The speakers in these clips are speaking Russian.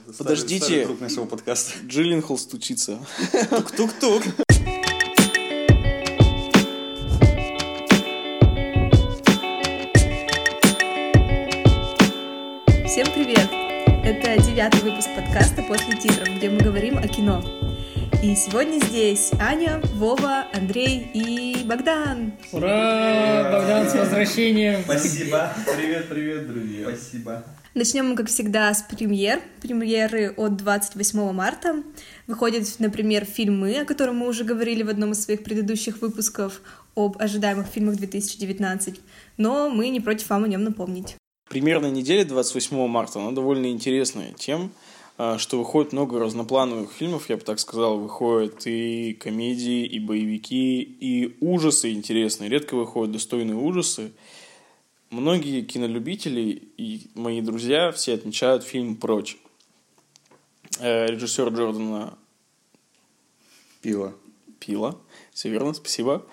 Подождите, старый друг нашего подкаста. Джилленхол стучится. Тук-тук-тук. Всем привет! Это 9-й выпуск подкаста «После титров», где мы говорим о кино. И сегодня здесь Аня, Вова, Андрей и Богдан. Ура! Богдан, с возвращением! Спасибо. Привет, друзья. Спасибо. Начнем мы, как всегда, с премьеры от 28 марта. Выходит, например, фильм «Мы», о котором мы уже говорили в одном из своих предыдущих выпусков об ожидаемых фильмах 2019, но мы не против вам о нем напомнить. Премьерная неделя 28 марта, она довольно интересная тем, что выходит много разноплановых фильмов, я бы так сказал, выходят и комедии, и боевики, и ужасы интересные, редко выходят достойные ужасы. Многие кинолюбители и мои друзья все отмечают фильм «Прочь». Режиссер Джордана Пила. Все верно, спасибо.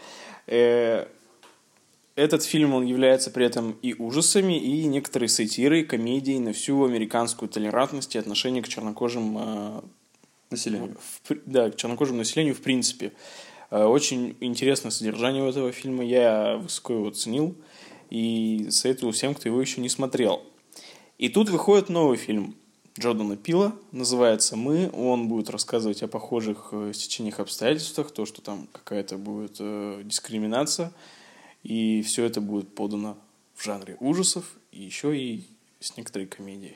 Этот фильм, он является при этом и ужасами, и некоторой сатирой, комедией на всю американскую толерантность и отношение к чернокожим Населению. к чернокожему населению в принципе. Очень интересное содержание у этого фильма, я высоко его ценил и советую всем, кто его еще не смотрел. И тут выходит новый фильм Джордана Пила, называется «Мы». Он будет рассказывать о похожих стечениях обстоятельствах, то, что там какая-то будет дискриминация. И все это будет подано в жанре ужасов и еще и с некоторой комедией.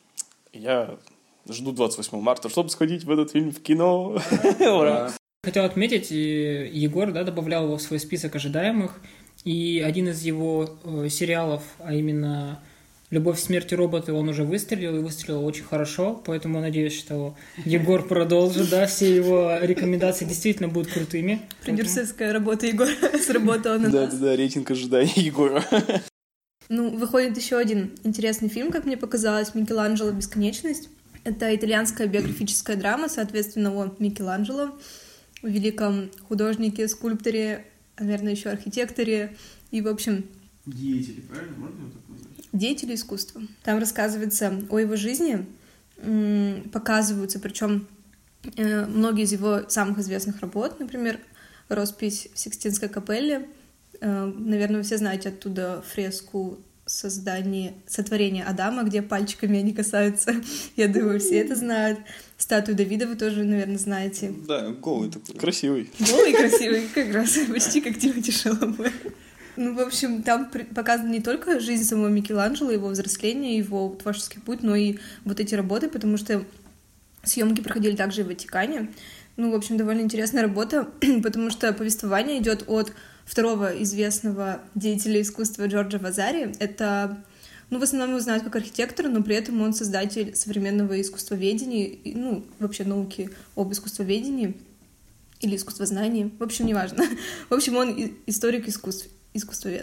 Я жду 28 марта, чтобы сходить в этот фильм в кино. Ура! Хотел отметить, Егор добавлял его в свой список ожидаемых, и один из его сериалов, а именно «Любовь, смерть и роботы», он уже выстрелил, и выстрелил очень хорошо, поэтому надеюсь, что Егор продолжит, все его рекомендации действительно будут крутыми. Продюсерская работа Егора сработала на нас. Да, рейтинг ожиданий Егора. Выходит еще один интересный фильм, как мне показалось, «Микеланджело. Бесконечность». Это итальянская биографическая драма, соответственно, о Микеланджело, великом художнике, скульпторе, наверное, еще архитекторе и, в общем... Деятели, правильно? Можно его так назвать? Деятели искусства. Там рассказывается о его жизни, показываются, причем многие из его самых известных работ, например, роспись в Сикстинской капелле. Наверное, вы все знаете оттуда фреску сотворения Адама, где пальчиками они касаются. Я думаю, все это знают. Статую Давида вы тоже, наверное, знаете. Да, голый такой. Красивый. Голый и красивый, как раз, почти как Тимоти Шаламе. В общем, там показана не только жизнь самого Микеланджело, его взросление, его творческий путь, но и вот эти работы, потому что съемки проходили также и в Ватикане. В общем, довольно интересная работа, потому что повествование идет от второго известного деятеля искусства Джорджа Вазари. Это, в основном его знают как архитектора, но при этом он создатель современного искусствоведения, вообще науки об искусствоведении или искусствознании, в общем, неважно. В общем, он историк искусствовед.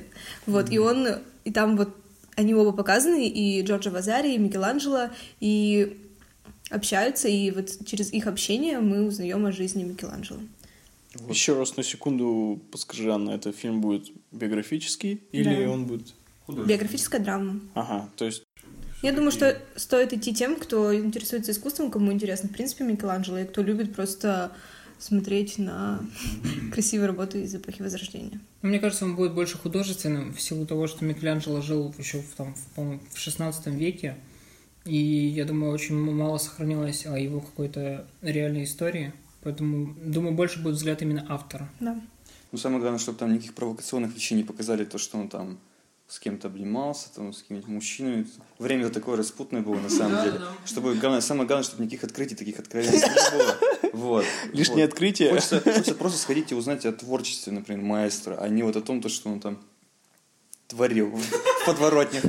И там они оба показаны, и Джорджо Вазари, и Микеланджело, и общаются, и через их общение мы узнаем о жизни Микеланджело. Еще раз на секунду подскажи, Анна, это фильм будет биографический или он будет... Биографическая драма. Ага, то есть... Я думаю, что стоит идти тем, кто интересуется искусством, кому интересно, в принципе, Микеланджело, и кто любит просто смотреть на красивые работы из эпохи Возрождения. Мне кажется, он будет больше художественным в силу того, что Микеланджело жил еще в 16 веке, и, я думаю, очень мало сохранилось о его какой-то реальной истории, поэтому, думаю, больше будет взгляд именно автора. Да. Самое главное, чтобы там никаких провокационных вещей не показали, то, что он там с кем-то обнимался, с какими-то мужчинами. Время-то такое распутное было, на самом деле. Самое главное, чтобы никаких открытий, таких откровенных не было. Лишнее открытие. Хочется просто сходить и узнать о творчестве, например, маэстро, а не о том, что он там творил в подворотнях.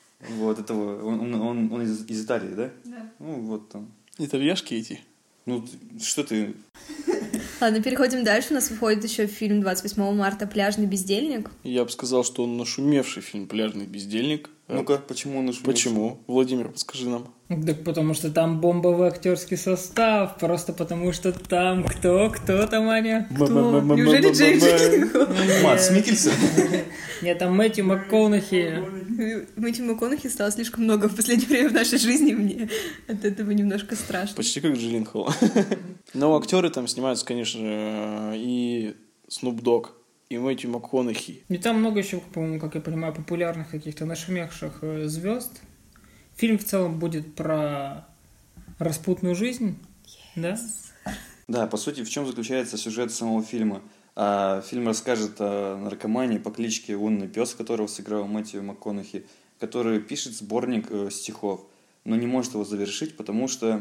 Он из Италии, да? Да. Там. Итальяшки эти? Что ты... Ладно, переходим дальше. У нас выходит еще фильм 28 марта «Пляжный бездельник». Я бы сказал, что он нашумевший фильм «Пляжный бездельник». Ну-ка, почему он ушел? Почему? Владимир, подскажи нам. Так потому что там бомбовый актерский состав, просто потому что там кто там, Аня? Неужели Джейк Джилленхол? Мадс Миккельсен? Нет, там Мэтью МакКонахи. Мэтью МакКонахи стало слишком много в последнее время в нашей жизни, мне от этого немножко страшно. Почти как Джилленхол. Но актеры там снимаются, конечно, и Снуп Дог, и Мэтью МакКонахи. И там много еще, по-моему, как я понимаю, популярных каких-то нашумевших звезд. Фильм в целом будет про распутную жизнь, да? Да, по сути, в чем заключается сюжет самого фильма? Фильм расскажет о наркомане по кличке Лунный пес, которого сыграл Мэтью МакКонахи, который пишет сборник стихов, но не может его завершить, потому что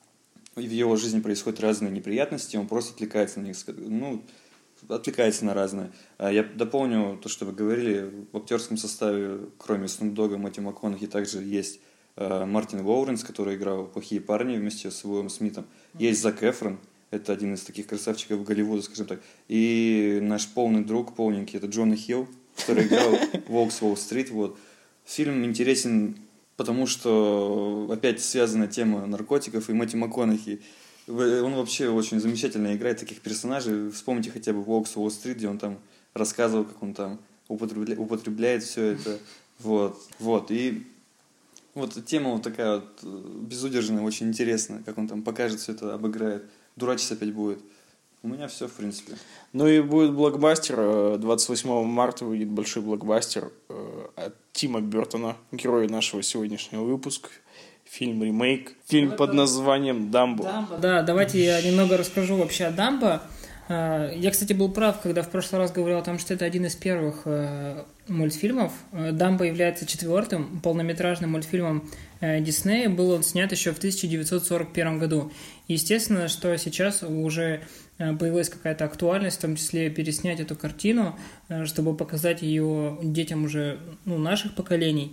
в его жизни происходят разные неприятности, он просто отвлекается на них, отвлекается на разное. Я дополню то, что вы говорили, в актерском составе, кроме Снуп Дога, Мэтью МакКонахи, также есть Мартин Лоуренс, который играл «Плохие парни» вместе с Уиллом Смитом. Есть Зак Эфрон, это один из таких красавчиков Голливуда, скажем так. И наш полный друг, полненький, это Джона Хилл, который играл «Волк с Уолл-стрит». Вот. Фильм интересен, потому что опять связана тема наркотиков и Мэтью МакКонахи. Он вообще очень замечательно играет таких персонажей. Вспомните хотя бы «Волк с Уолл-стрит», где он там рассказывал, как он там употребляет все это. Вот. И вот тема вот такая вот безудержная, очень интересная, как он там покажет все это, обыграет. Дурачиться опять будет. У меня все, в принципе. Ну и будет блокбастер. 28 марта выйдет большой блокбастер от Тима Бёртона, героя нашего сегодняшнего выпуска. Фильм-ремейк. Фильм под названием «Дамбо». Да, давайте я немного расскажу вообще о «Дамбо». Я, кстати, был прав, когда в прошлый раз говорил о том, что это один из первых мультфильмов. «Дамбо» является 4-м полнометражным мультфильмом Диснея. Был он снят еще в 1941 году. Естественно, что сейчас уже появилась какая-то актуальность, в том числе переснять эту картину, чтобы показать ее детям уже наших поколений.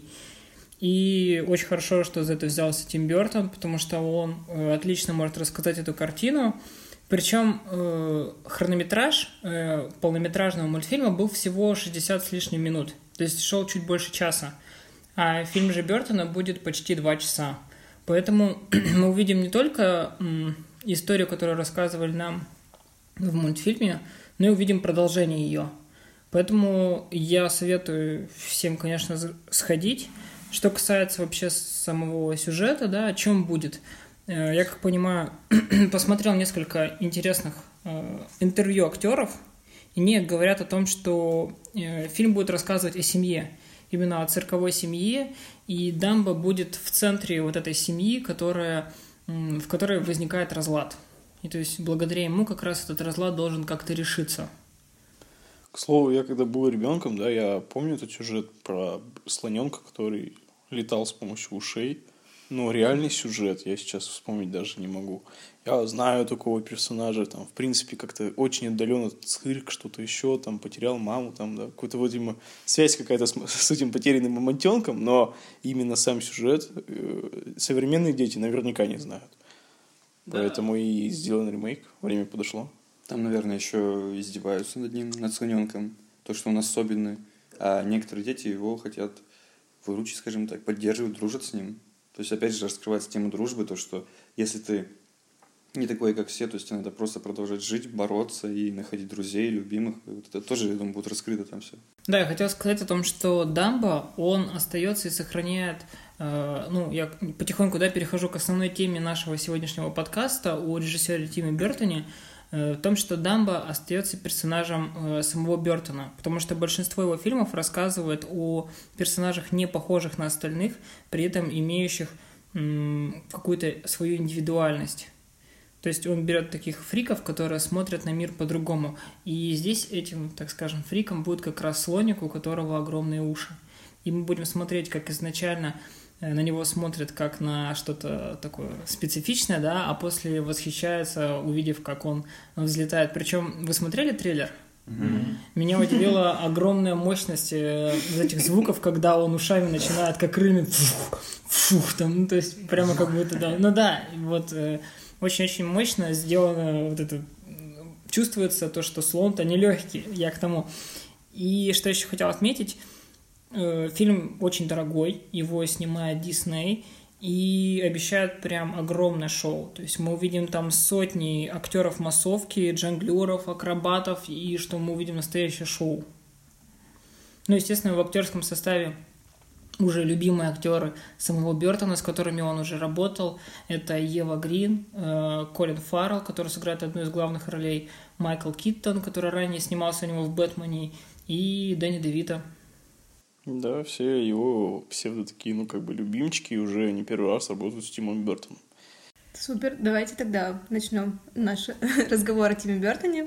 И очень хорошо, что за это взялся Тим Бёртон, потому что он отлично может рассказать эту картину. Причем хронометраж полнометражного мультфильма был всего 60 с лишним минут. То есть шел чуть больше часа. А фильм же Бёртона будет почти 2 часа. Поэтому мы увидим не только историю, которую рассказывали нам в мультфильме, но и увидим продолжение ее. Поэтому я советую всем, конечно, сходить. Что касается вообще самого сюжета, да, о чем будет. Я, как понимаю, посмотрел несколько интересных интервью актеров, и они говорят о том, что фильм будет рассказывать о семье, именно о цирковой семье, и Дамбо будет в центре вот этой семьи, в которой возникает разлад. И то есть благодаря ему как раз этот разлад должен как-то решиться. К слову, я когда был ребенком, да, я помню этот сюжет про слоненка, который летал с помощью ушей. Но реальный сюжет я сейчас вспомнить даже не могу. Я знаю такого персонажа, там, в принципе, как-то очень отдаленно цирк, что-то еще, там, потерял маму, там, да, какую-то вот, видимо, связь какая-то с этим потерянным мамонтенком, но именно сам сюжет современные дети наверняка не знают. Да. Поэтому и сделан ремейк, время подошло. Там, наверное, еще издеваются над ним, над слоненком, то, что он особенный, а некоторые дети его хотят выручить, скажем так, поддерживать, дружат с ним. То есть, опять же, раскрывается тема дружбы, то, что если ты не такой, как все, то есть тебе надо просто продолжать жить, бороться и находить друзей, любимых. Вот это тоже, я думаю, будет раскрыто там все. Да, я хотел сказать о том, что Дамбо, он остается и сохраняет... я потихоньку, перехожу к основной теме нашего сегодняшнего подкаста о режиссере Тиме Бёртоне, в том, что Дамбо остается персонажем самого Бёртона, потому что большинство его фильмов рассказывает о персонажах, не похожих на остальных, при этом имеющих какую-то свою индивидуальность. То есть он берет таких фриков, которые смотрят на мир по-другому. И здесь этим, так скажем, фриком будет как раз слоник, у которого огромные уши. И мы будем смотреть, как изначально на него смотрят как на что-то такое специфичное, да, а после восхищаются, увидев, как он взлетает. Причем, вы смотрели трейлер? Mm-hmm. Меня удивила огромная мощность этих звуков, когда он ушами начинает как рынок, там, то есть прямо как будто, да. Очень-очень мощно сделано вот это. Чувствуется то, что слон-то нелегкий, я к тому. И что еще хотел отметить, Фильм очень дорогой, его снимает Дисней, и обещают прям огромное шоу. То есть мы увидим там сотни актеров массовки, джонглеров, акробатов, и что мы увидим настоящее шоу. Ну, естественно, в актерском составе уже любимые актеры самого Бёртона, с которыми он уже работал. Это Ева Грин, Колин Фаррелл, который сыграет одну из главных ролей, Майкл Киттон, который ранее снимался у него в «Бэтмене», и Дэнни Девито. Да, все его псевдо такие, любимчики, уже не первый раз работают с Тимом Бёртоном. Супер, давайте тогда начнем наш разговор о Тиме Бёртоне.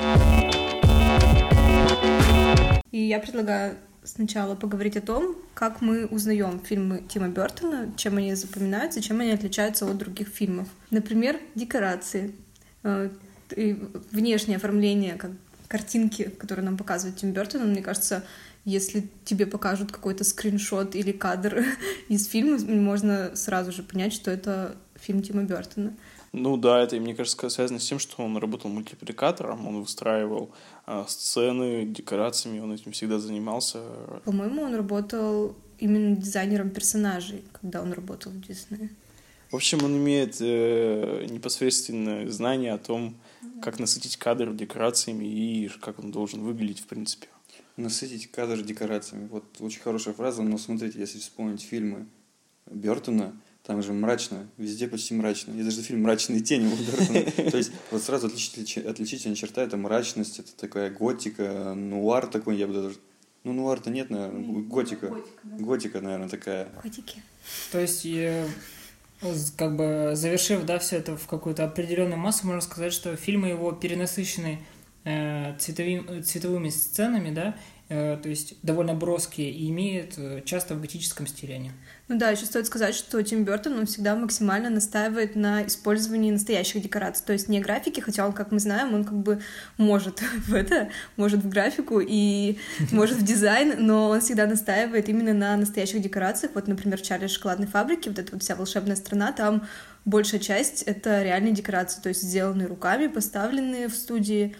И я предлагаю сначала поговорить о том, как мы узнаем фильмы Тима Бёртона, чем они запоминаются, чем они отличаются от других фильмов. Например, декорации, и внешнее оформление, как картинки, которые нам показывает Тим Бёртон. Мне кажется, если тебе покажут какой-то скриншот или кадр из фильма, можно сразу же понять, что это фильм Тима Бёртона. Ну да, это, мне кажется, связано с тем, что он работал мультипликатором, он выстраивал сцены, декорациями, он этим всегда занимался. По-моему, он работал именно дизайнером персонажей, когда он работал в Диснее. В общем, он имеет непосредственное знание о том, как насытить кадр декорациями и как он должен выглядеть, в принципе. Насытить кадр декорациями. Вот очень хорошая фраза, но смотрите, если вспомнить фильмы Бёртона, там же мрачно, везде почти мрачно. И даже фильм «Мрачные тени» у Бёртона. То есть вот сразу отличительная черта — это мрачность, это такая готика, нуар такой, я бы даже... Ну, нуар-то нет, наверное, готика. Готика, наверное, такая. Готики. То есть, как бы завершив, да, все это в какую-то определенную массу, можно сказать, что фильмы его перенасыщены цветовыми сценами, да, то есть довольно броские и имеют часто в готическом стиле они. Ну да, еще стоит сказать, что Тим Бёртон, он всегда максимально настаивает на использовании настоящих декораций, то есть не графики, хотя он, как мы знаем, он как бы может в графику и может в дизайн, но он всегда настаивает именно на настоящих декорациях. Вот, например, в «Чарли и шоколадной фабрике», вот эта вот вся волшебная страна, там большая часть — это реальные декорации, то есть сделанные руками, поставленные в студии.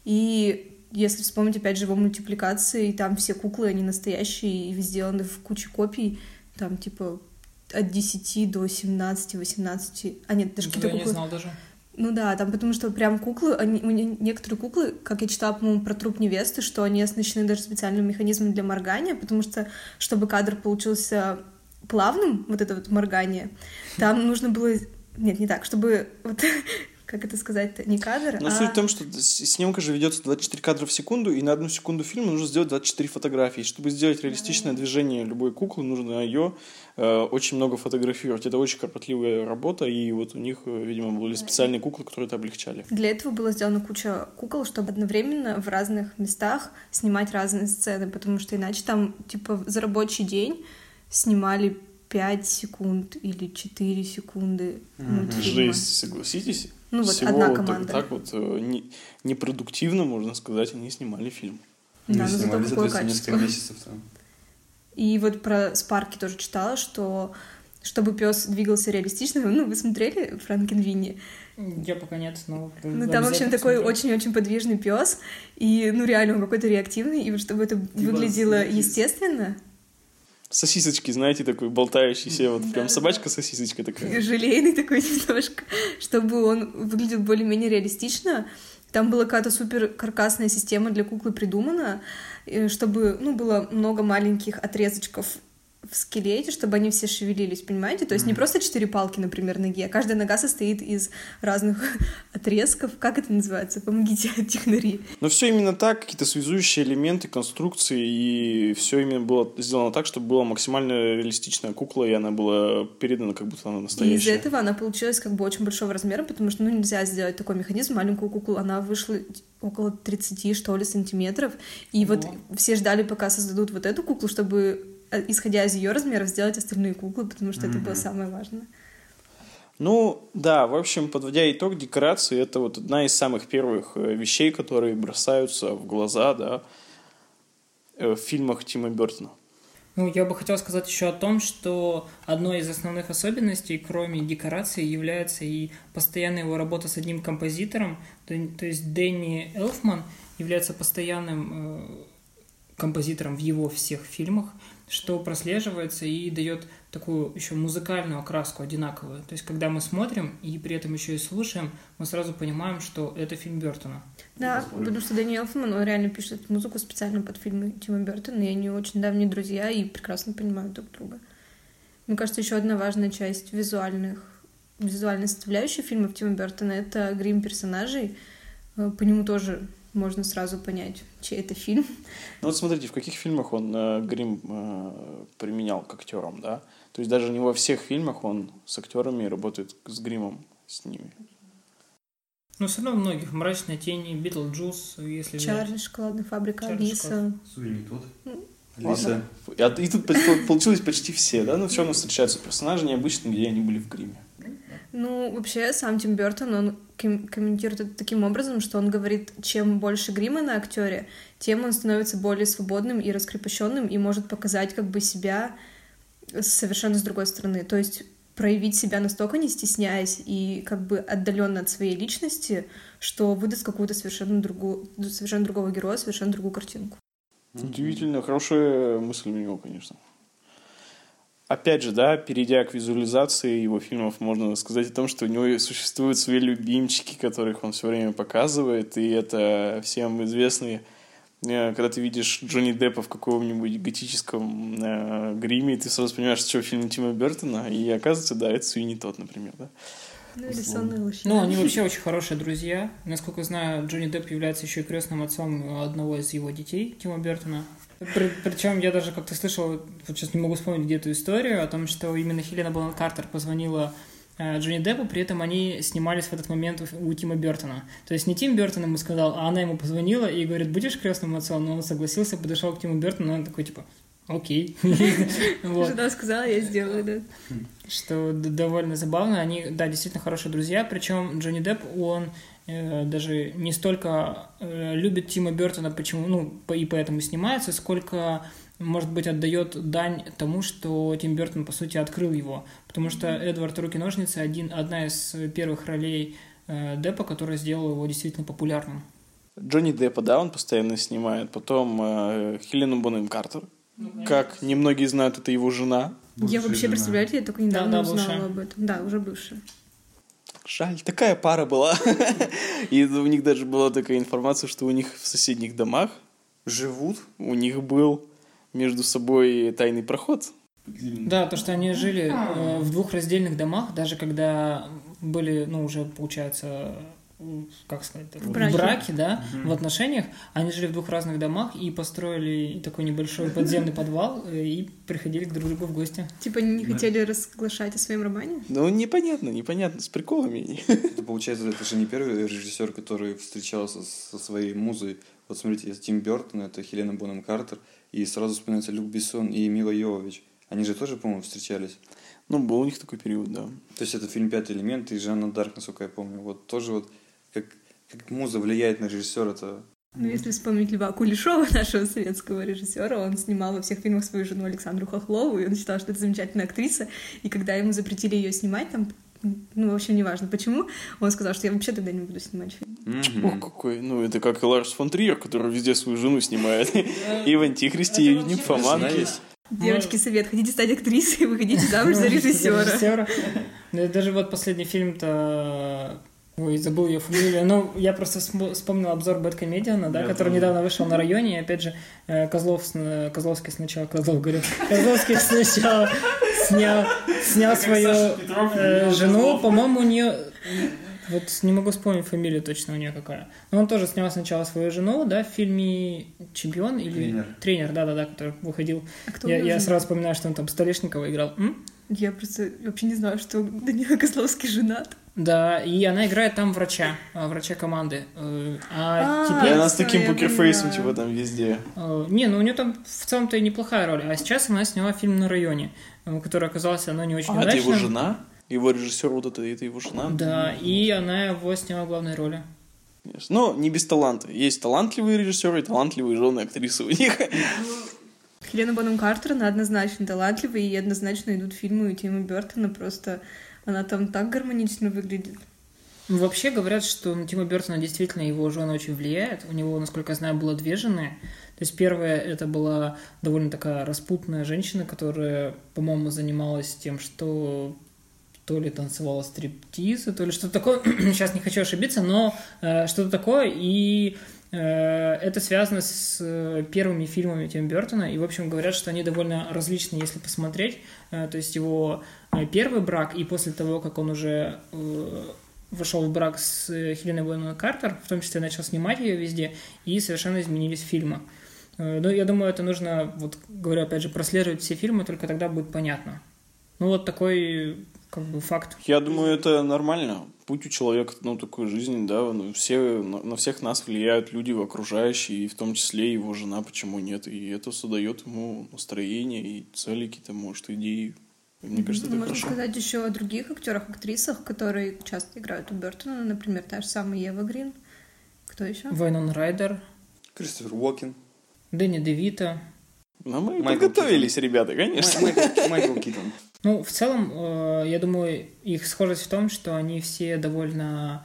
И если вспомнить, опять же, его мультипликации, там все куклы, они настоящие и сделаны в куче копий, там, типа, от 10 до 17, 18... А нет, даже какие-то куклы... Я не знал даже. Ну да, там потому что прям куклы, некоторые куклы, как я читала, по-моему, про труп невесты, что они оснащены даже специальным механизмом для моргания, потому что, чтобы кадр получился плавным, вот это вот моргание, там нужно было... Нет, не так, чтобы... Вот, как это сказать-то? Не кадр, Но суть в том, что съемка же ведется 24 кадра в секунду, и на 1 секунду фильма нужно сделать 24 фотографии. Чтобы сделать реалистичное движение любой куклы, нужно ее очень много фотографировать. Это очень кропотливая работа, и вот у них, видимо, были специальные куклы, которые это облегчали. Для этого была сделана куча кукол, чтобы одновременно в разных местах снимать разные сцены, потому что иначе там, типа, за рабочий день снимали 5 секунд или 4 секунды мультфильма. Жесть, согласитесь? Ну вот всего одна команда. Так вот непродуктивно, можно сказать, они снимали фильм. Да, но зато снимали, какое соответственно, качество. несколько месяцев там. И вот про Спарки тоже читала, что чтобы пес двигался реалистично, ну, вы смотрели Франкенвини? Я пока нет, но... Ну, там, в общем, такой очень-очень подвижный пес, и, ну, реально, он какой-то реактивный, и вот чтобы это выглядело естественно... Сосисочки, знаете, такой болтающийся, вот прям собачка-сосисочка такая. Желейный такой немножко, чтобы он выглядел более-менее реалистично. Там была какая-то супер каркасная система для куклы придумана, чтобы, ну, было много маленьких отрезочков в скелете, чтобы они все шевелились, понимаете? То есть не просто 4 палки, например, ноги, а каждая нога состоит из разных отрезков. Как это называется? Помогите, технари. Но все именно так, какие-то связующие элементы, конструкции, и все именно было сделано так, чтобы была максимально реалистичная кукла, и она была передана, как будто она настоящая. И из-за этого она получилась как бы очень большого размера, потому что, ну, нельзя сделать такой механизм, маленькую куклу, она вышла около 30, что ли, сантиметров, и вот все ждали, пока создадут вот эту куклу, чтобы, исходя из ее размеров, сделать остальные куклы, потому что это было самое важное. Ну, да, в общем, подводя итог, декорации — это вот одна из самых первых вещей, которые бросаются в глаза, да, в фильмах Тима Бёртона. Ну, я бы хотел сказать еще о том, что одной из основных особенностей, кроме декораций, является и постоянная его работа с одним композитором, то есть Дэнни Элфман является постоянным композитором в его всех фильмах, что прослеживается и дает такую еще музыкальную окраску одинаковую. То есть, когда мы смотрим и при этом еще и слушаем, мы сразу понимаем, что это фильм Бёртона. Да, потому что Дэнни Элфман, он реально пишет музыку специально под фильмы Тима Бёртона, и они очень давние друзья и прекрасно понимают друг друга. Мне кажется, еще одна важная часть визуальной составляющей фильмов Тима Бёртона — это грим персонажей. По нему тоже можно сразу понять, чей это фильм. Ну вот смотрите, в каких фильмах он грим применял к актерам, да? То есть даже не во всех фильмах он с актерами работает с гримом с ними. Ну, все равно многих. «Мрачные тени», «Битлджус», если Чарли, «Шоколадная фабрика», Алиса. Суини тот. Алиса. И тут получилось почти все, да? Но все равно встречаются персонажи необычные, где они были в гриме. Ну, вообще, сам Тим Бёртон, он комментирует это таким образом, что он говорит, чем больше грима на актере, тем он становится более свободным и раскрепощенным и может показать как бы себя совершенно с другой стороны. То есть проявить себя настолько не стесняясь и как бы отдаленно от своей личности, что выдаст какую-то совершенно другого героя, совершенно другую картинку. Удивительно, хорошая мысль у него, конечно. Опять же, да, перейдя к визуализации его фильмов, можно сказать о том, что у него существуют свои любимчики, которых он все время показывает, и это всем известные. Когда ты видишь Джонни Деппа в каком-нибудь готическом гриме, ты сразу понимаешь, что фильм Тима Бёртона, и оказывается, да, это Суини Тодд, например, да. Ну, или «Сонная лощина». Ну, они вообще очень хорошие друзья. Насколько знаю, Джонни Депп является еще и крестным отцом одного из его детей, Тима Бёртона. Причем я даже как-то слышал, вот сейчас не могу вспомнить где эту историю, о том, что именно Хелена Бонем Картер позвонила Джонни Деппу, при этом они снимались в этот момент у Тима Бёртона. То есть не Тим Бёртон ему сказал, а она ему позвонила и говорит, будешь крестным отцом? Но он согласился, подошел к Тиму Бёртону, и он такой, типа, окей. Жена сказала, я сделаю, да. Что довольно забавно. Они, да, действительно хорошие друзья. Причем Джонни Депп, он даже не столько любит Тима Бёртона, почему, ну, и поэтому снимается, сколько, может быть, отдает дань тому, что Тим Бёртон, по сути, открыл его. Потому что «Эдвард. Руки-ножницы» одна из первых ролей Деппа, которая сделала его действительно популярным. Джонни Деппа, да, он постоянно снимает. Потом Хелену Бонем Картер. Как немногие знают, это его жена. Я вообще, представляете, я только недавно узнала бывшая. об этом. Да, уже бывшая. Жаль, такая пара была. И у них даже была такая информация, что у них в соседних домах живут. У них был между собой тайный проход. Да, то, что они жили в двух раздельных домах, даже когда были, ну, уже, получается, как сказать, в браке, да, в отношениях, они жили в двух разных домах и построили такой небольшой подземный подвал и приходили друг к другу в гости. Типа они не хотели разглашать о своем романе? Ну, непонятно, с приколами. Это, получается, это же не первый режиссер, который встречался со своей музой. Вот смотрите, это Тим Бёртон, это Хелена Бонем Картер, и сразу вспоминается Люк Бессон и Мила Йовович. Они же тоже, по-моему, встречались. Ну, был у них такой период, да. То есть это фильм «Пятый элемент» и Жанна Дарк, насколько я помню. Вот тоже вот как муза влияет на режиссера-то. Ну, если вспомнить Льва Кулешова, нашего советского режиссера, он снимал во всех фильмах свою жену Александру Хохлову, и он считал, что это замечательная актриса, и когда ему запретили ее снимать, там, ну, в общем, неважно почему, он сказал, что я вообще тогда не буду снимать фильм. Ох, какой, ну, это как Ларс фон Триер, который везде свою жену снимает. И в «Антихристе», и в «Нимфоманке». Девочки, совет, хотите стать актрисой, выходите замуж за режиссера. Даже вот последний фильм-то... Ой, забыл ее фамилию. Ну, я просто вспомнил обзор Бэдкомедиана, да, который недавно вышел на районе. И опять же, Козловский сначала снял свою жену. По-моему, у нее... Вот не могу вспомнить фамилию точно у нее какая. Но он тоже снял сначала свою жену, да, в фильме «Чемпион» или «Тренер», да, который выходил. Я сразу вспоминаю, что он там Столешникова играл. Я просто вообще не знаю, что Данила Козловский женат. Да, и она играет там врача команды. Теперь... И она с таким покерфейсом, типа, там везде. Не, ну у нее там в целом-то и неплохая роль. А сейчас она сняла фильм «На районе», который оказался, не очень удачным. Это его жена? Его режиссер вот это его жена? Да, и она его сняла в главной роли. Но не без таланта. Есть талантливые режиссеры и талантливые жены актрисы у них. Хелена Бонем Картер, она однозначно талантливая, и однозначно идут фильмы у Тима Бёртона, просто она там так гармонично выглядит. Вообще говорят, что на Тима Бёртона действительно его жена очень влияет. У него, насколько я знаю, было 2 жены. То есть первая это была довольно такая распутная женщина, которая, по-моему, занималась тем, что то ли танцевала стриптизы, то ли что-то такое. Сейчас не хочу ошибиться, но что-то такое. И это связано с первыми фильмами Тима Бёртона. И, в общем, говорят, что они довольно различны, если посмотреть. То есть его первый брак и после того, как он уже вошел в брак с Хеленой Бонем Картер, в том числе начал снимать ее везде, и совершенно изменились фильмы. Но я думаю, это нужно, вот говорю, опять же, прослеживать все фильмы, только тогда будет понятно. Ну, вот такой, как бы, факт. Я думаю, это нормально. Путь у человека, ну, такой жизни, да, все, на всех нас влияют люди окружающие, и в том числе его жена, почему нет. И это создает ему настроение и цели какие-то, может, идеи. Мне кажется, это Можно хорошо. сказать еще о других актерах, актрисах, которые часто играют у Бёртона. Например, та же самая Ева Грин. Кто еще? Вайнона Райдер, Кристофер Уокен. Дэнни Девито. Но мы Майкл подготовились, ребята, конечно. Майкл Китон. Ну, в целом, я думаю, их схожесть в том, что они все довольно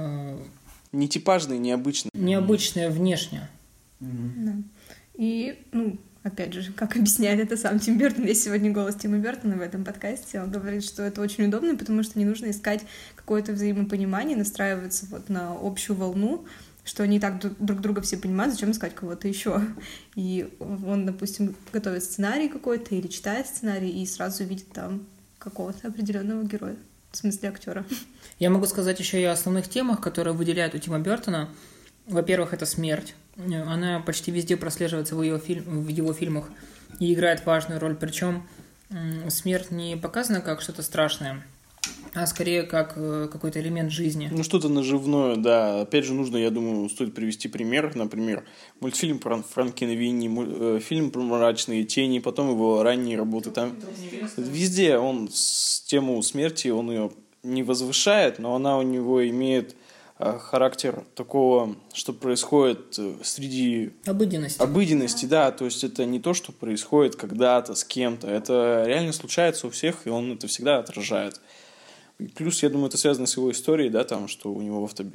Нетипажные, необычные. необычные внешне. Да. И, ну, опять же, как объясняет это сам Тим Бёртон, весь сегодня голос Тима Бёртона в этом подкасте, он говорит, что это очень удобно, потому что не нужно искать какое-то взаимопонимание, настраиваться вот на общую волну, что они и так друг друга все понимают, зачем искать кого-то еще. И он, допустим, готовит сценарий какой-то или читает сценарий и сразу видит там какого-то определенного героя, в смысле актера. Я могу сказать еще и о основных темах, которые выделяют у Тима Бёртона. Во-первых, это смерть. Она почти везде прослеживается в его фильмах и играет важную роль. Причем смерть не показана как что-то страшное, а скорее как какой-то элемент жизни. Ну, что-то наживное, да. Опять же, нужно, я думаю, стоит привести пример. Например, мультфильм про Франкенвини, фильм про «Мрачные тени», потом его ранние работы. Там везде он тему смерти, он ее не возвышает, но она у него имеет характер такого, что происходит среди обыденности, да, то есть это не то, что происходит когда-то с кем-то, это реально случается у всех, и он это всегда отражает. И плюс, я думаю, это связано с его историей, да, там, что у него в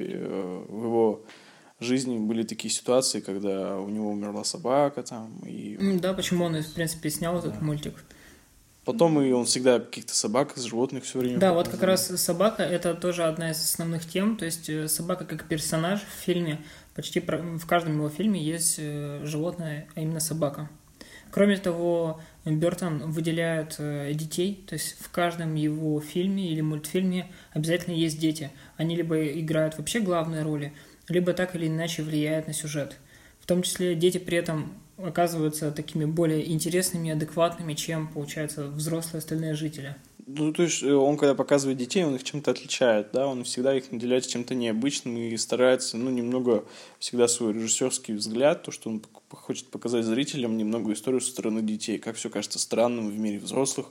его жизни были такие ситуации, когда у него умерла собака, там, и... Да, почему он, в принципе, снял этот мультик. Потом и он всегда каких-то собак, животных все время... Да, вот как раз собака — это тоже одна из основных тем. То есть собака как персонаж в фильме, почти в каждом его фильме есть животное, а именно собака. Кроме того, Бёртон выделяет детей, то есть в каждом его фильме или мультфильме обязательно есть дети. Они либо играют вообще главные роли, либо так или иначе влияют на сюжет. В том числе дети при этом оказываются такими более интересными и адекватными, чем, получается, взрослые остальные жители. Ну, то есть он, когда показывает детей, он их чем-то отличает, да, он всегда их наделяет чем-то необычным и старается, ну, немного всегда свой режиссерский взгляд, то, что он хочет показать зрителям, немного историю со стороны детей, как все кажется странным в мире взрослых.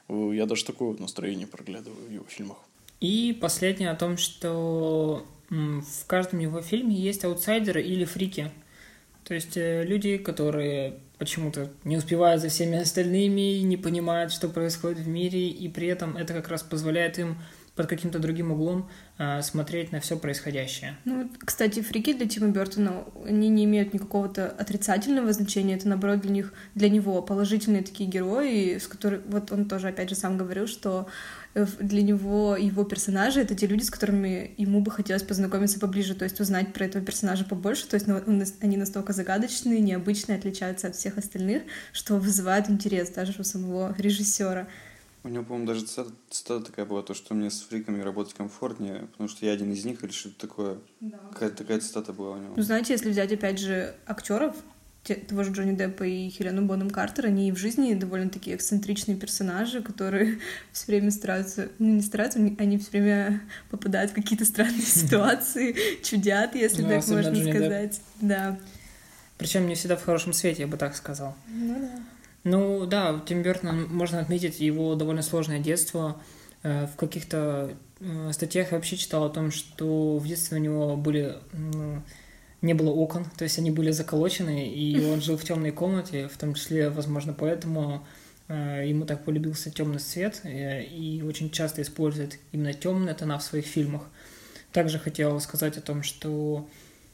Я даже такое вот настроение проглядываю в его фильмах. И последнее о том, что в каждом его фильме есть аутсайдеры или фрики. То есть люди, которые почему-то не успевают за всеми остальными, не понимают, что происходит в мире, и при этом это как раз позволяет им под каким-то другим углом смотреть на все происходящее. Ну, кстати, фрики для Тима Бёртона, они не имеют никакого-то отрицательного значения, это, наоборот, для него положительные такие герои, с которыми, вот он тоже, опять же, сам говорил, что для него его персонажи — это те люди, с которыми ему бы хотелось познакомиться поближе, то есть узнать про этого персонажа побольше, то есть они настолько загадочные, необычные, отличаются от всех остальных, что вызывает интерес даже у самого режиссера. У него, по-моему, даже цитата такая была, то, что мне с фриками работать комфортнее, потому что я один из них, или что-то такое. Да. Какая-то такая цитата была у него. Ну, знаете, если взять, опять же, актеров, того же Джонни Деппа и Хелену Бонем Картер, они и в жизни довольно-таки эксцентричные персонажи, которые все время стараются, ну, не стараются, они все время попадают в какие-то странные ситуации, чудят, если так можно сказать. Да. Причем не всегда в хорошем свете, я бы так сказал. Ну да. Ну да, Тим Бёртон, можно отметить его довольно сложное детство. В каких-то статьях я вообще читал о том, что в детстве у него не было окон, то есть они были заколочены, и он жил в темной комнате, в том числе, возможно, поэтому ему так полюбился темный цвет и очень часто использует именно темные тона в своих фильмах. также хотел сказать о том, что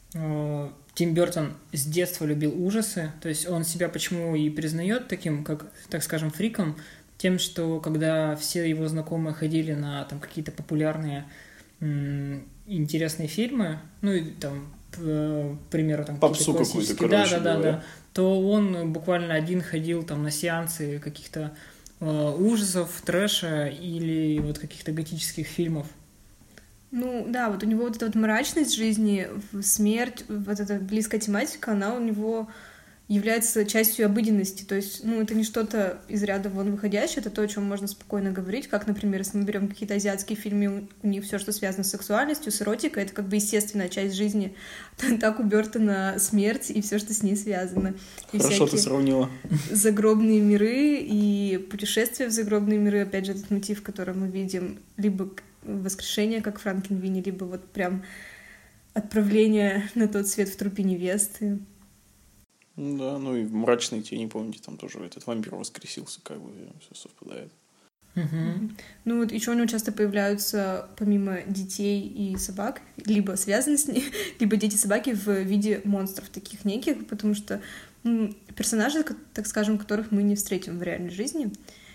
Тим Бёртон с детства любил ужасы, то есть он себя почему и признает таким, как, так скажем, фриком, тем, что когда все его знакомые ходили на там какие-то популярные интересные фильмы, ну и там, к примеру, там попсу какие-то классические, какую-то, да, то он буквально один ходил там на сеансы каких-то ужасов, трэша или вот каких-то готических фильмов. Ну, да, вот у него вот эта вот мрачность жизни, смерть, вот эта близкая тематика, она у него является частью обыденности, то есть, ну, это не что-то из ряда вон выходящее, это то, о чем можно спокойно говорить, как, например, если мы берем какие-то азиатские фильмы, у них все, что связано с сексуальностью, с эротикой, это как бы естественная часть жизни, так у Бёртона смерть и все, что с ней связано. И Хорошо ты сравнила. Загробные миры и путешествия в загробные миры, опять же, этот мотив, который мы видим, либо воскрешение, как в Франкенвине, либо вот прям отправление на тот свет в трупе невесты. Да, ну и мрачные тени, помните, там тоже этот вампир воскресился, как бы все совпадает. Ну вот еще у него часто появляются, помимо детей и собак, либо связаны с ней, либо дети-собаки в виде монстров таких неких, потому что персонажи, так скажем, которых мы не встретим в реальной жизни,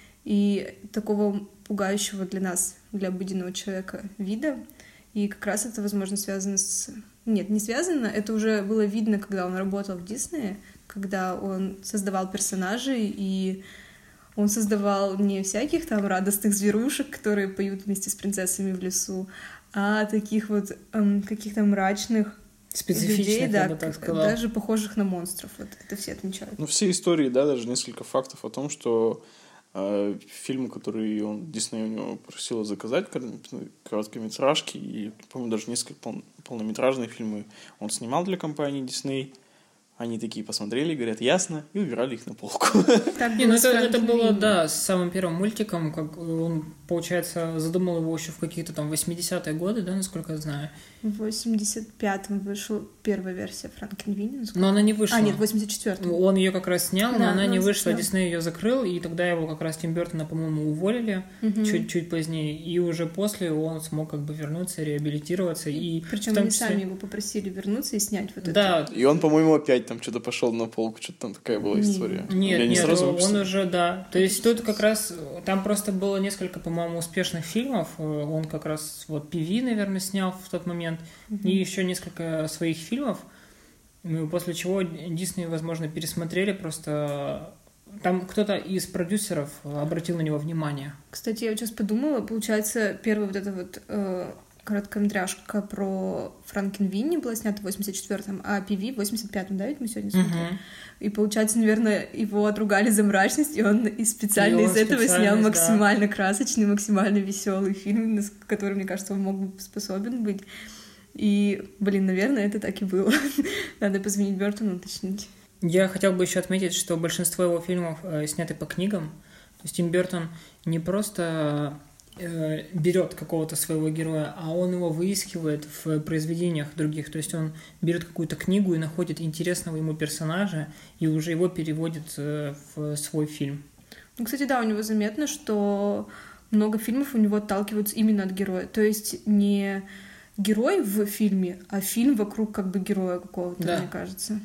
и такого пугающего для нас, для обыденного человека вида, и как раз это, возможно, связано с... Нет, не связано, это уже было видно, когда он работал в Диснее, когда он создавал персонажей, и он создавал не всяких там радостных зверушек, которые поют вместе с принцессами в лесу, а таких вот каких-то мрачных специфичных, людей, да, я бы так сказала. даже похожих на монстров. Вот это все отмечают. Ну, все истории, да, даже несколько фактов о том, что фильмы, которые он, Дисней у него просил заказать, короткометражки и, по-моему, даже несколько полнометражные фильмы он снимал для компании Дисней. Они такие посмотрели, говорят, ясно, и убирали их на полку. Не, ну это было, да, с самым первым мультиком, как он, получается, задумал его еще в какие-то там 80-е годы, да, насколько я знаю. В 85-м вышла первая версия Франкенвини. Но она не вышла. А, нет, в 84-м. Он ее как раз снял, но Да, она не вышла, снял. Дисней ее закрыл, и тогда его как раз Тим Бёртона, по-моему, уволили чуть-чуть позднее, и уже после он смог как бы вернуться, реабилитироваться. И причем они сами его попросили вернуться и снять вот да. это. И он, по-моему, опять там что-то пошел на полку, что-то там такая была история. Нет, сразу он выпустил. уже, да. То есть тут как раз, там просто было несколько, по-моему, успешных фильмов. Он как раз вот PV, наверное, снял в тот момент. И еще несколько своих фильмов. После чего Дисней, возможно, пересмотрели просто... Там кто-то из продюсеров обратил на него внимание. Кстати, я вот сейчас подумала, получается, первая вот эта вот короткометражка про Франкенвини была снята в 84-м, а PV в 85-м, да, ведь мы сегодня смотрели? И, получается, наверное, его отругали за мрачность, и он специально из этого снял максимально красочный, максимально веселый фильм, на который, мне кажется, он мог бы способен быть. И, блин, наверное, это так и было. Надо позвонить Бёртону, уточнить. Я хотел бы еще отметить, что большинство его фильмов сняты по книгам. То есть Тим Бёртон не просто берет какого-то своего героя, а он его выискивает в произведениях других. То есть он берет какую-то книгу и находит интересного ему персонажа и уже его переводит в свой фильм. Ну, кстати, да, у него заметно, что много фильмов у него отталкиваются именно от героя. То есть не герой в фильме, а фильм вокруг как бы героя какого-то, да. Мне кажется.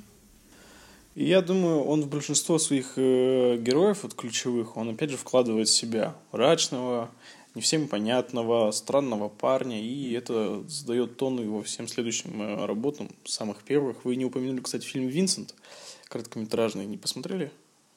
И я думаю, он в большинство своих героев, вот ключевых, он опять же вкладывает в себя мрачного, не всем понятного, странного парня, и это задает тон его всем следующим работам, самых первых. Вы не упомянули, кстати, фильм «Винсент», короткометражный, не посмотрели?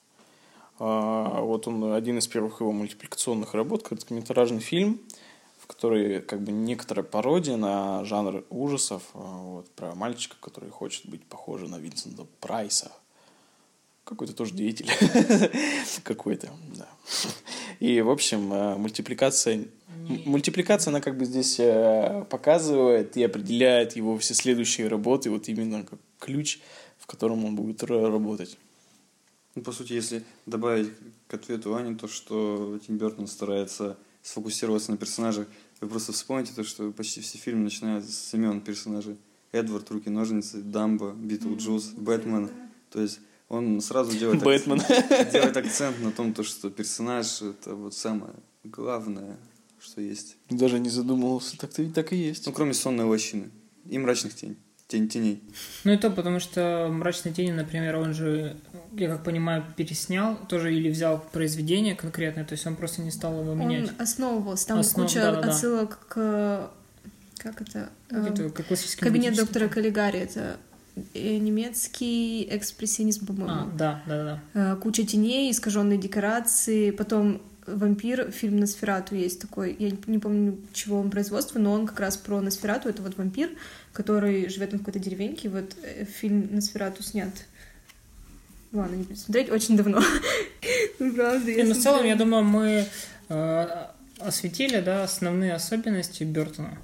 Вот он один из первых его мультипликационных работ, короткометражный фильм, в который как бы некоторая пародия на жанр ужасов, вот, про мальчика, который хочет быть похожим на Винсента Прайса. Какой-то тоже деятель. Какой-то, да. И, в общем, мультипликация, она как бы здесь показывает и определяет его все следующие работы, вот именно как ключ, в котором он будет работать. Ну, по сути, если добавить к ответу Ани то, что Тим Бёртон старается сфокусироваться на персонажах, вы просто вспомните то, что почти все фильмы начинаются с имен персонажей. Эдвард, Руки-ножницы, Дамбо, Битлджус, Бэтмен. То есть он сразу делает акцент на том, что персонаж — это вот самое главное, что есть. Даже не задумывался, так-то ведь так и есть. Ну, кроме «Сонной лощины» и «Мрачных теней». Ну и то, потому что «Мрачные тени», например, он же, я как понимаю, переснял тоже или взял произведение конкретное, то есть он просто не стал его менять. Он основывался, там куча отсылок к... Как это? Как классический «Кабинет доктора Каллигари», это немецкий экспрессионизм, по-моему. Да. Куча теней, искаженные декорации, потом «Вампир», фильм «Носферату» есть такой, я не помню, чего он производства, но он как раз про Носферату, это вот вампир, который живет в какой-то деревеньке, вот фильм «Носферату» снят. Ладно, не буду смотреть, очень давно. Ну, правда, в целом, я думаю, мы осветили, да, основные особенности Бёртона.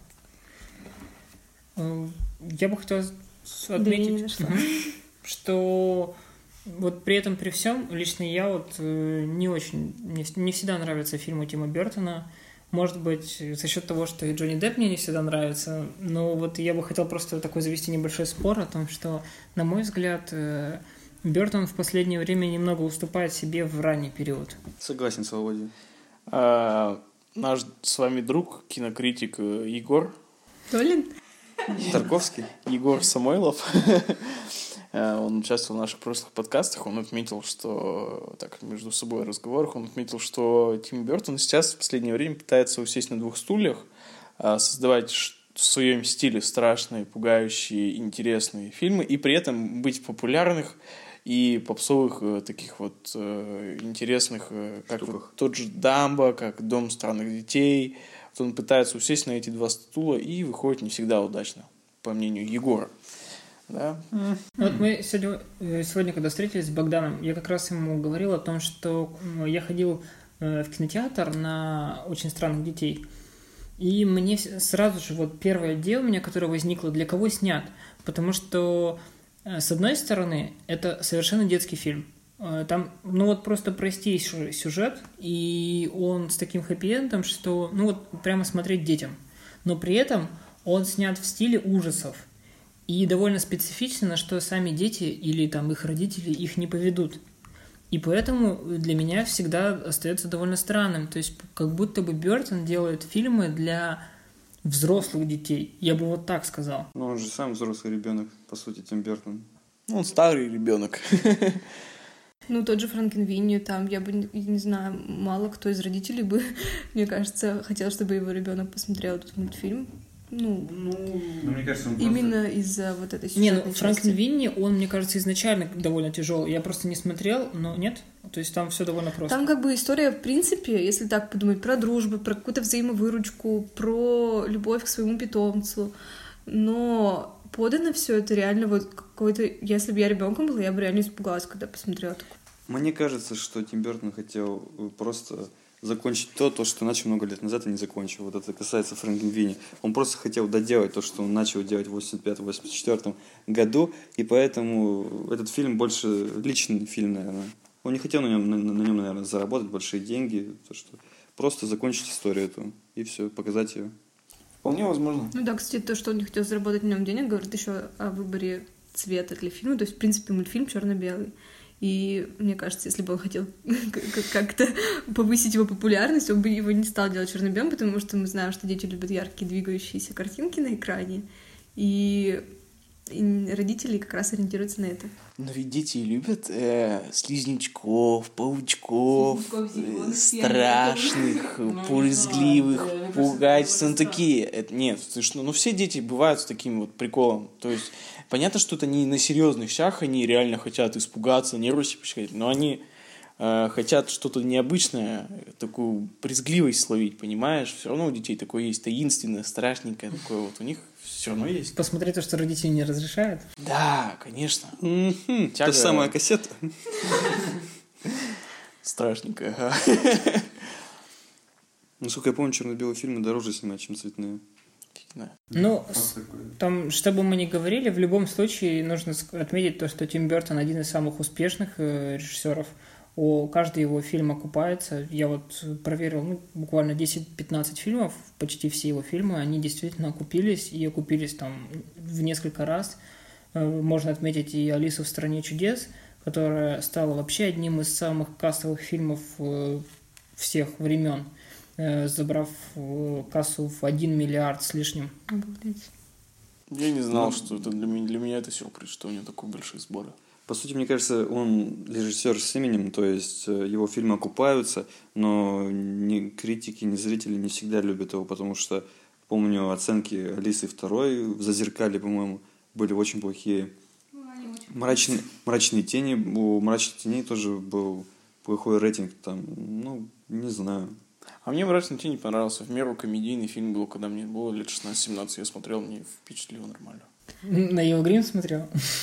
Я бы хотел отметить, что вот при этом, при всем, лично я вот не очень, не всегда нравятся фильмы Тима Бёртона. Может быть, за счет того, что и Джонни Депп мне не всегда нравится, но вот я бы хотел просто такой завести небольшой спор о том, что, на мой взгляд, Бёртон в последнее время немного уступает себе в ранний период. Согласен с Володей. Наш с вами друг, кинокритик Егор. Толин? Тарковский? Егор Самойлов. Он участвовал в наших прошлых подкастах, он отметил, что, так, между собой разговорах, он отметил, что Тим Бёртон сейчас в последнее время пытается усесть на двух стульях, создавать в своем стиле страшные, пугающие, интересные фильмы, и при этом быть в популярных и попсовых таких вот интересных, как вот тот же «Дамбо», как «Дом странных детей». Вот он пытается усесть на эти два стула и выходит не всегда удачно, по мнению Егора. Да. Вот мы сегодня, когда встретились с Богданом, я как раз ему говорил о том, что я ходил в кинотеатр на «Очень странных детей», и мне сразу же вот первая идея у меня, которая возникла, для кого снят, потому что, с одной стороны, это совершенно детский фильм. Там, ну вот просто простейший сюжет, и он с таким хэппи-эндом, что, ну вот прямо смотреть детям. Но при этом он снят в стиле ужасов. И довольно специфично, что сами дети или там их родители их не поведут. И поэтому для меня всегда остается довольно странным. То есть как будто бы Бёртон делает фильмы для взрослых детей. Я бы вот так сказал. Ну он же сам взрослый ребенок, по сути, Тим Бёртон. Он старый ребенок. Ну, тот же Франкенвини, там, я бы, не знаю, мало кто из родителей бы, мне кажется, хотел, чтобы его ребенок посмотрел этот мультфильм. Ну, мне кажется, он именно из-за вот этой сюжетной Не, ну части. Франкенвини, он, мне кажется, изначально довольно тяжелый. Я просто не смотрел, но нет. То есть там все довольно просто. Там как бы история, в принципе, если так подумать, про дружбу, про какую-то взаимовыручку, про любовь к своему питомцу. Но подано все это реально вот какой-то... Если бы я ребенком была, я бы реально испугалась, когда посмотрела такое. Мне кажется, что Тим Бёртон хотел просто закончить то, что начал много лет назад и не закончил. Вот это касается Франкенвини. Он просто хотел доделать то, что он начал делать в 85-84 году, и поэтому этот фильм больше личный фильм, наверное. Он не хотел на нем, наверное, заработать большие деньги, то, что просто закончить историю эту и все, показать ее. Вполне возможно. Ну да, кстати, то, что он не хотел заработать на нем денег, говорит еще о выборе цвета для фильма. То есть, в принципе, мультфильм черно-белый. И мне кажется, если бы он хотел как-то повысить его популярность, он бы его не стал делать черно-белым, потому что мы знаем, что дети любят яркие двигающиеся картинки на экране, и родители как раз ориентируются на это. Но ведь дети любят слизнячков, паучков, страшных, пурезгливых, пугать, такие. Нет, ну все дети бывают с таким вот приколом. То есть понятно, что это не на серьезных щах, они реально хотят испугаться, нервничать, но они хотят что-то необычное, такую брезгливость словить, понимаешь? Все равно у детей такое есть, таинственное, страшненькое такое вот у них все равно есть. Посмотреть то, что родители не разрешают? Да, конечно. Та самая кассета. Страшненькая, ага. Насколько я помню, черно-белые фильмы дороже снимать, чем цветные. Ну, там, что бы мы ни говорили, в любом случае нужно отметить то, что Тим Бёртон один из самых успешных режиссеров. Каждый его фильм окупается. Я вот проверил, буквально 10-15 фильмов, почти все его фильмы, они действительно окупились, и окупились там в несколько раз. Можно отметить и «Алису в стране чудес», которая стала вообще одним из самых кассовых фильмов всех времен. забрав кассу в 1 миллиард с лишним. Обалдеть. Я не знал, что это для меня это сюрприз, что у него такие большие сборы. По сути, мне кажется, он режиссер с именем, то есть его фильмы окупаются, но ни критики, ни зрители не всегда любят его, потому что, помню, оценки Алисы II в «Зазеркалье», по-моему, были очень плохие. Мрачные тени, у «Мрачных теней» тоже был плохой рейтинг, там, не знаю. А мне «Мрачные тени» понравился. В меру комедийный фильм был, когда мне было лет 16-17. Я смотрел, мне впечатлило нормально. На его грим смотрел?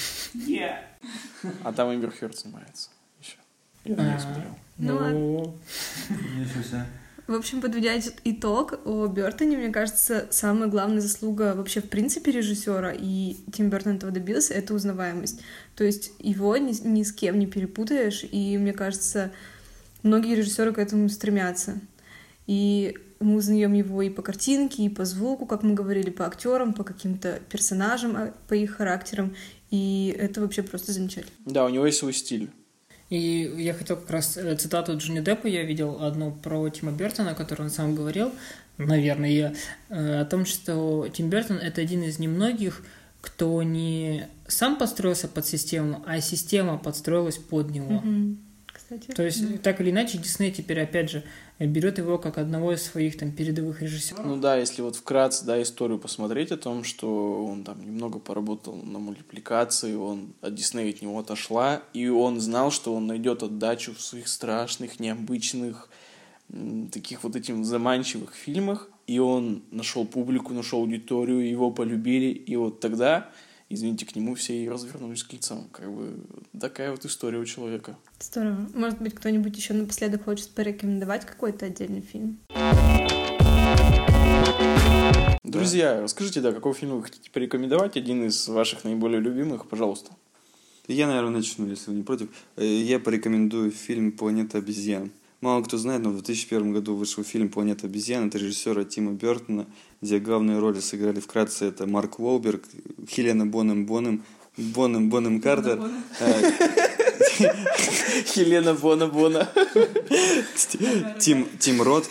А там Эмбер Хёрд снимается еще. Я не смотрел. Ну ладно. В общем, подведя итог о Бёртоне, мне кажется, самая главная заслуга вообще в принципе режиссера, и Тим Бёртон этого добился, это узнаваемость. То есть его ни с кем не перепутаешь, и мне кажется, многие режиссеры к этому стремятся. И мы узнаем его и по картинке, и по звуку, как мы говорили, по актерам, по каким-то персонажам, по их характерам. И это вообще просто замечательно. Да, у него есть свой стиль. И я хотел как раз цитату Джонни Деппа, я видел одну про Тима Бёртона, о которой он сам говорил, наверное, о том, что Тим Бёртон — это один из немногих, кто не сам подстроился под систему, а система подстроилась под него. Кстати. То есть, так или иначе, Дисней теперь, опять же, берет его как одного из своих там передовых режиссеров. Ну да, если вот вкратце, историю посмотреть о том, что он там немного поработал на мультипликации, он от Диснея от него отошла, и он знал, что он найдет отдачу в своих страшных, необычных, таких вот этим заманчивых фильмах, и он нашел публику, нашел аудиторию, его полюбили, и вот тогда, извините, к нему все и развернулись к лицам. Как бы такая вот история у человека. Здорово. Может быть, кто-нибудь еще напоследок хочет порекомендовать какой-то отдельный фильм? Друзья, расскажите, какой фильм вы хотите порекомендовать, один из ваших наиболее любимых, пожалуйста. Я, наверное, начну, если вы не против. Я порекомендую фильм «Планета обезьян». Мало кто знает, но в 2001 году вышел фильм «Планета обезьян» от режиссера Тима Бёртона, где главные роли сыграли вкратце это Марк Уолберг, Хелена Бонем Картер, Хелена Бона. Тим Рот,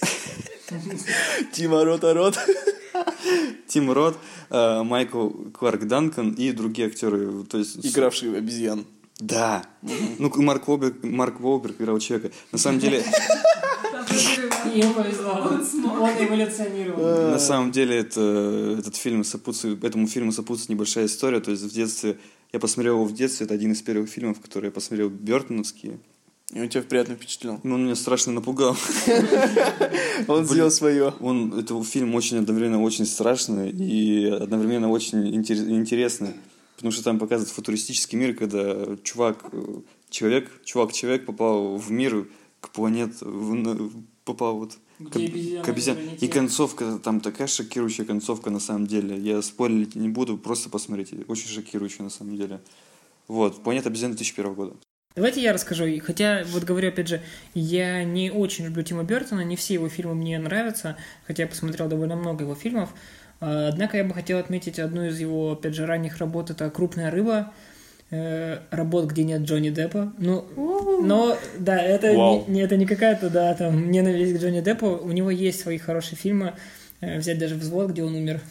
Тима Рот. Тим Рот, Майкл Кларк Данкан и другие актеры. То есть... Игравшие обезьян. Да. Марк Уолберг играл человека. На самом деле... Ему повезло. Он эволюционировал. На самом деле этому фильму сопутствует небольшая история. То есть в детстве... Я посмотрел его в детстве. Это один из первых фильмов, которые я посмотрел, бёртоновские. И он тебя приятно впечатлил? Он меня страшно напугал. Он сделал свое. Это фильм одновременно очень страшный и одновременно очень интересный. Потому что там показывают футуристический мир, когда человек попал в мир, к планете, попал вот к обезьянам. И концовка, там такая шокирующая концовка на самом деле. Я спойлерить не буду, просто посмотрите. Очень шокирующая на самом деле. Вот, «Планета обезьян» 2001 года. Давайте я расскажу. Хотя, вот говорю, опять же, я не очень люблю Тима Бёртона, не все его фильмы мне нравятся, хотя я посмотрел довольно много его фильмов. Однако я бы хотел отметить одну из его, опять же, ранних работ. Это «Крупная рыба». Работ, где нет Джонни Деппа. Но да, это не какая-то, там, ненависть к Джонни Деппу. У него есть свои хорошие фильмы. Взять даже «Взвод», где он умер.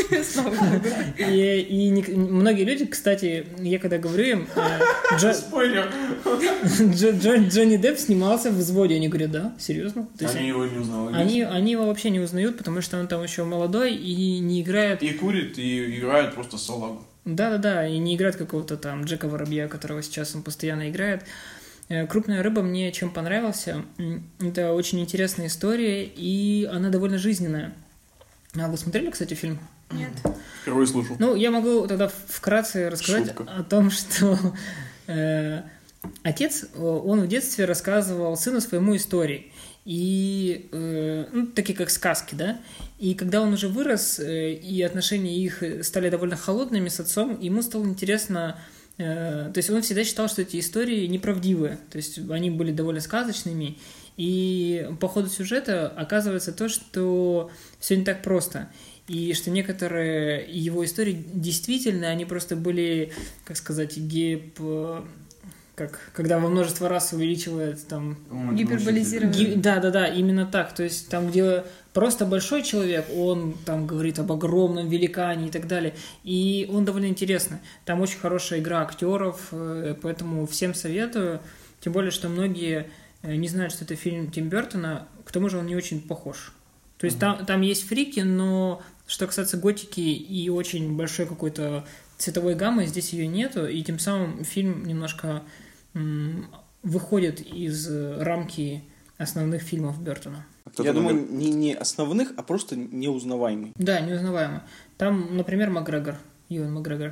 И многие люди, кстати, я когда говорю им... Спойлер! Джонни Депп снимался в «Взводе». Они говорят, да? Серьезно? Они его не узнавали. Они его вообще не узнают, потому что он там еще молодой и не играет... И курит, и играет просто салагу. Да, и не играет какого-то там Джека Воробья, которого сейчас он постоянно играет. «Крупная рыба» мне чем понравился. Это очень интересная история, и она довольно жизненная. А вы смотрели, кстати, фильм? Нет. Впервые слышу. Я могу тогда вкратце рассказать о том, что отец, он в детстве рассказывал сыну своему истории. И такие как сказки, да? И когда он уже вырос, и отношения их стали довольно холодными с отцом, ему стало интересно... То есть он всегда считал, что эти истории неправдивые. То есть они были довольно сказочными. И по ходу сюжета оказывается то, что все не так просто. И что некоторые его истории действительно, они просто были, как сказать, когда во множество раз увеличивает там... Гиперболизирование. Да, именно так. То есть там, где просто большой человек, он там говорит об огромном великане и так далее. И он довольно интересный. Там очень хорошая игра актеров, поэтому всем советую. Тем более, что многие не знают, что это фильм Тима Бёртона, к тому же он не очень похож. То есть там есть фрики, но что касается готики и очень большой какой-то цветовой гаммы, здесь ее нету, и тем самым фильм немножко выходит из рамки основных фильмов Бёртона. Я думаю, не основных, а просто неузнаваемый. Да, неузнаваемый. Там, например, Юэн Макгрегор.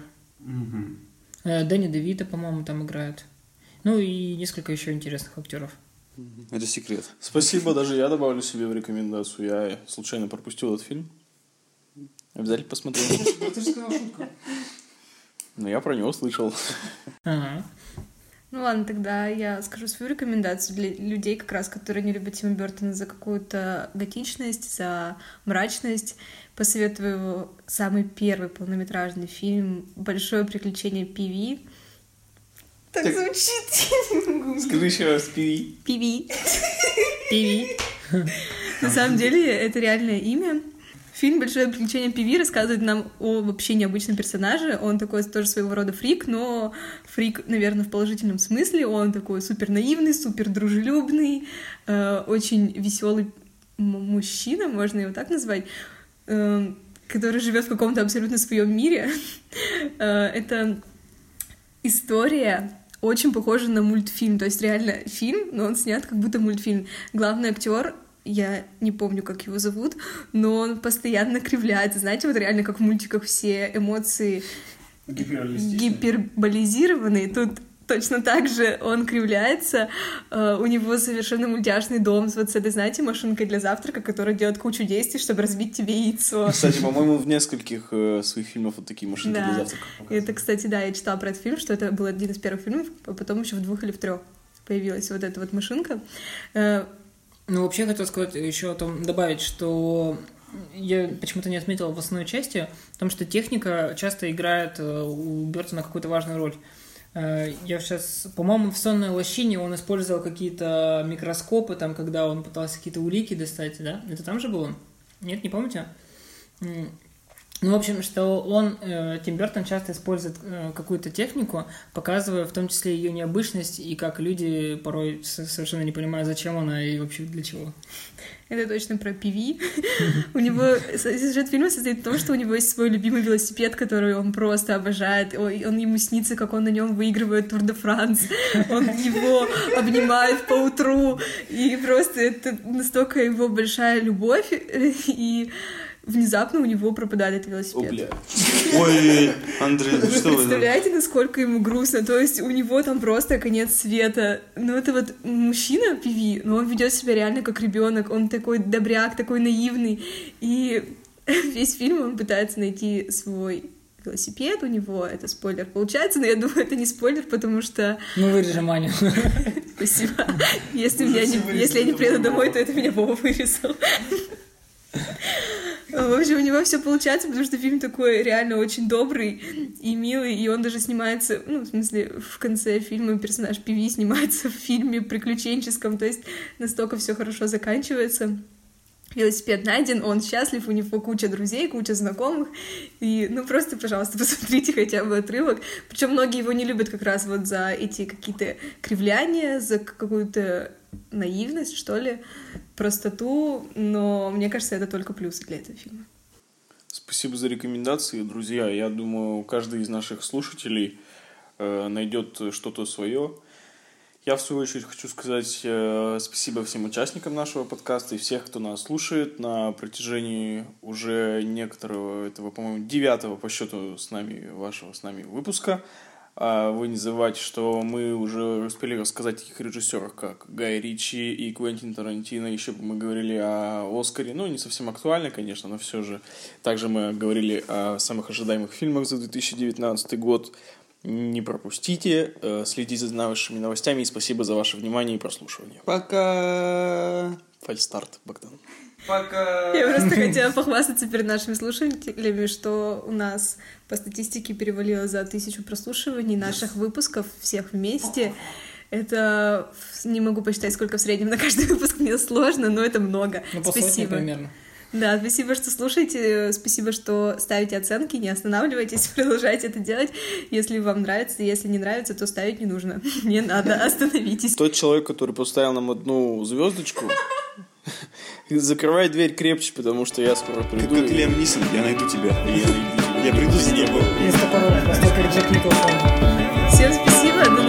Дэнни Девито, по-моему, там играет. Ну и несколько еще интересных актеров. Это секрет. Спасибо, даже я добавлю себе в рекомендацию. Я случайно пропустил этот фильм. Обязательно посмотрю. Ты же сказал шутку. Но я про него слышал. Ага. Ну ладно, тогда я скажу свою рекомендацию для людей, как раз, которые не любят Тима Бёртона за какую-то готичность, за мрачность. Посоветую его самый первый полнометражный фильм «Большое приключение Пи-Ви». Так звучит. Скажи еще раз, Пи-Ви. Пи-Ви. Пи-Ви. На самом деле, это реальное имя. Фильм «Большое приключение Пи-Ви» рассказывает нам о вообще необычном персонаже. Он такой тоже своего рода фрик, но фрик, наверное, в положительном смысле. Он такой супер наивный, супер дружелюбный, очень веселый мужчина, можно его так назвать, который живет в каком-то абсолютно своем мире. Это история очень похожа на мультфильм. То есть реально фильм, но он снят как будто мультфильм. Главный актер, я не помню, как его зовут, но он постоянно кривляется. Знаете, вот реально как в мультиках все эмоции гиперболизированы. Тут точно так же он кривляется. У него совершенно мультяшный дом с вот с этой, знаете, машинкой для завтрака, которая делает кучу действий, чтобы разбить тебе яйцо. Кстати, по-моему, в нескольких своих фильмах вот такие машинки для завтрака показывают. Это, кстати, да, я читала про этот фильм, что это был один из первых фильмов, а потом еще в 2 или в 3 появилась вот эта вот машинка. Ну, вообще, хотел сказать еще о том, добавить, что я почему-то не отметил в основной части, в том, что техника часто играет у Бёртона какую-то важную роль. Я сейчас, по-моему, в «Сонной лощине» он использовал какие-то микроскопы, там, когда он пытался какие-то улики достать, да? Это там же был он? Нет, не помните? Ну, в общем, что Тим Бёртон часто использует какую-то технику, показывая в том числе ее необычность, и как люди порой совершенно не понимают, зачем она и вообще для чего. Это точно про Пи-Ви. У него сюжет фильма состоит в том, что у него есть свой любимый велосипед, который он просто обожает. Он ему снится, как он на нем выигрывает Тур де Франс. Он его обнимает по утру. И просто это настолько его большая любовь. И внезапно у него пропадает этот велосипед. Ой, Андрей, что вы? Представляете, насколько ему грустно? То есть у него там просто конец света. Ну это вот мужчина Пи-Ви, но он ведет себя реально как ребенок. Он такой добряк, такой наивный. И весь фильм он пытается найти свой велосипед. У него это спойлер получается, но я думаю, это не спойлер, потому что... Ну, вырежем Аню. Спасибо. Если я не приеду домой, то это меня Вова вырезал. В общем, у него все получается, потому что фильм такой реально очень добрый и милый, и он даже снимается, ну, в смысле, в конце фильма персонаж Пи-Ви снимается в фильме приключенческом, то есть настолько все хорошо заканчивается. Велосипед найден, он счастлив, у него куча друзей, куча знакомых, и, ну, просто, пожалуйста, посмотрите хотя бы отрывок. Причем многие его не любят как раз вот за эти какие-то кривляния, за какую-то наивность, что ли, простоту, но мне кажется, это только плюсы для этого фильма. Спасибо за рекомендации, друзья. Я думаю, каждый из наших слушателей найдет что-то свое. Я, в свою очередь, хочу сказать спасибо всем участникам нашего подкаста и всех, кто нас слушает на протяжении уже некоторого, этого, по-моему, 9-го по счету с нами выпуска. Вы не забывайте, что мы уже успели рассказать о таких режиссерах, как Гай Ричи и Квентин Тарантино. Еще мы говорили о Оскаре. Ну, не совсем актуально, конечно, но все же. Также мы говорили о самых ожидаемых фильмах за 2019 год. не пропустите. Следите за нашими новостями. И спасибо за ваше внимание и прослушивание. Пока! Фальстарт, Богдан. Пока! Я просто хотела похвастаться перед нашими слушателями, что у нас по статистике перевалило за 1000 прослушиваний наших выпусков всех вместе. Это не могу посчитать, сколько в среднем на каждый выпуск, мне сложно, но это много. Ну, по сотне примерно. Да, спасибо, что слушаете, спасибо, что ставите оценки, не останавливайтесь, продолжайте это делать. Если вам нравится, если не нравится, то ставить не нужно. Не надо, остановитесь. Тот человек, который поставил нам 1 звездочку, закрывай дверь крепче, потому что я скоро приду. Как Лиам Нисон, я найду тебя. Я приду за тобой. Есть такой Джек Николсон. Всем спасибо, до